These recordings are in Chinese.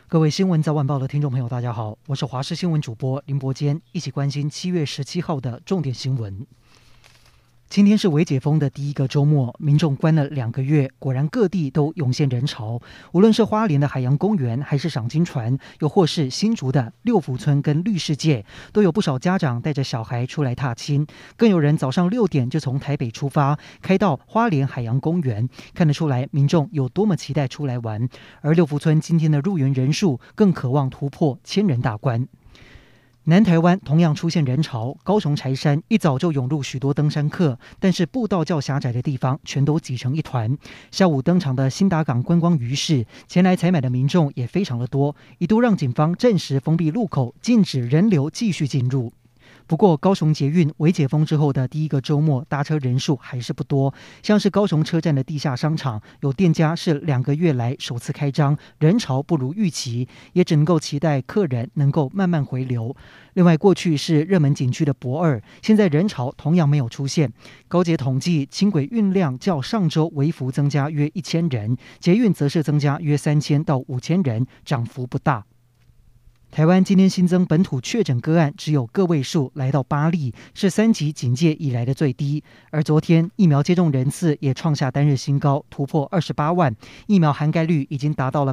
各位新闻早晚报的听众朋友，大家好，我是华视新闻主播林伯坚，一起关心7月17号的重点新闻。今天是微解封的第一个周末，民众关了2个月，果然各地都涌现人潮。无论是花莲的海洋公园，还是赏金船，又或是新竹的六福村跟绿世界，都有不少家长带着小孩出来踏青。更有人早上6点就从台北出发，开到花莲海洋公园，看得出来民众有多么期待出来玩。而六福村今天的入园人数更渴望突破1000人大关。南台湾同样出现人潮，高雄柴山一早就涌入许多登山客，但是步道较狭窄的地方全都挤成一团。下午登场的新达港观光鱼市，前来采买的民众也非常的多，一度让警方暂时封闭路口，禁止人流继续进入。不过，高雄捷运微解封之后的第一个周末，搭车人数还是不多。像是高雄车站的地下商场，有店家是2个月来首次开张，人潮不如预期，也只能够期待客人能够慢慢回流。另外，过去是热门景区的駁二，现在人潮同样没有出现。高捷统计，轻轨运量较上周微幅增加约1000人，捷运则是增加约3000到5000人，涨幅不大。台湾今天新增本土确诊个案只有个位数，来到8例，是3级警戒以来的最低。而昨天疫苗接种人次也创下单日新高，突破28万，疫苗涵盖率已经达到了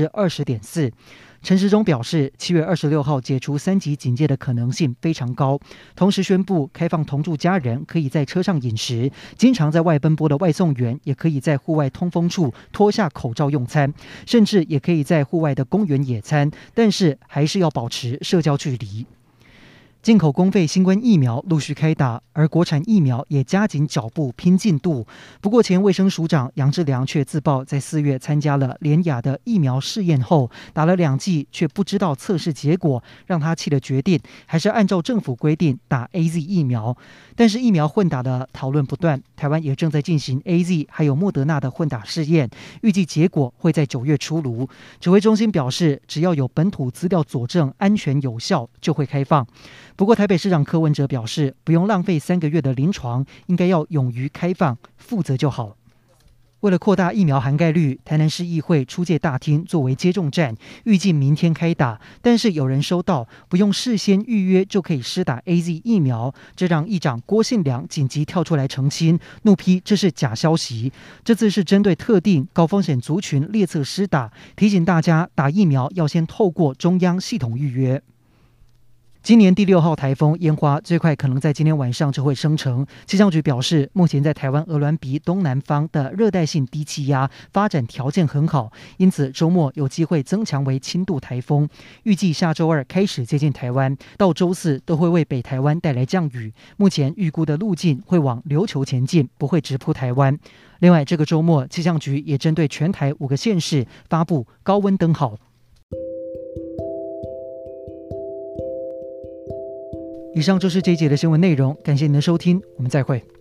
20.4%。陈时中表示，7月26号解除3级警戒的可能性非常高，同时宣布开放同住家人可以在车上饮食，经常在外奔波的外送员也可以在户外通风处脱下口罩用餐，甚至也可以在户外的公园野餐，但是还是要保持社交距离。进口公费新冠疫苗陆续开打，而国产疫苗也加紧脚步拼进度。不过，前卫生署长杨志良却自曝，在4月参加了联亚的疫苗试验后，打了2剂，却不知道测试结果，让他气得决定还是按照政府规定打 AZ 疫苗。但是疫苗混打的讨论不断，台湾也正在进行 AZ 还有莫德纳的混打试验，预计结果会在9月出炉。指挥中心表示，只要有本土资料佐证安全有效，就会开放。不过，台北市长柯文哲表示，不用浪费3个月的临床，应该要勇于开放，负责就好。为了扩大疫苗涵盖率，台南市议会出借大厅作为接种站，预计明天开打。但是有人收到不用事先预约就可以施打 AZ 疫苗，这让议长郭信良紧急跳出来澄清，怒批这是假消息。这次是针对特定高风险族群列册施打，提醒大家打疫苗要先透过中央系统预约。今年第6号台风烟花最快可能在今天晚上就会生成。气象局表示，目前在台湾鹅銮鼻东南方的热带性低气压发展条件很好，因此周末有机会增强为轻度台风。预计下周2开始接近台湾，到周4都会为北台湾带来降雨。目前预估的路径会往琉球前进，不会直扑台湾。另外，这个周末气象局也针对全台5个县市发布高温灯号。以上就是这一节的新闻内容，感谢您的收听，我们再会。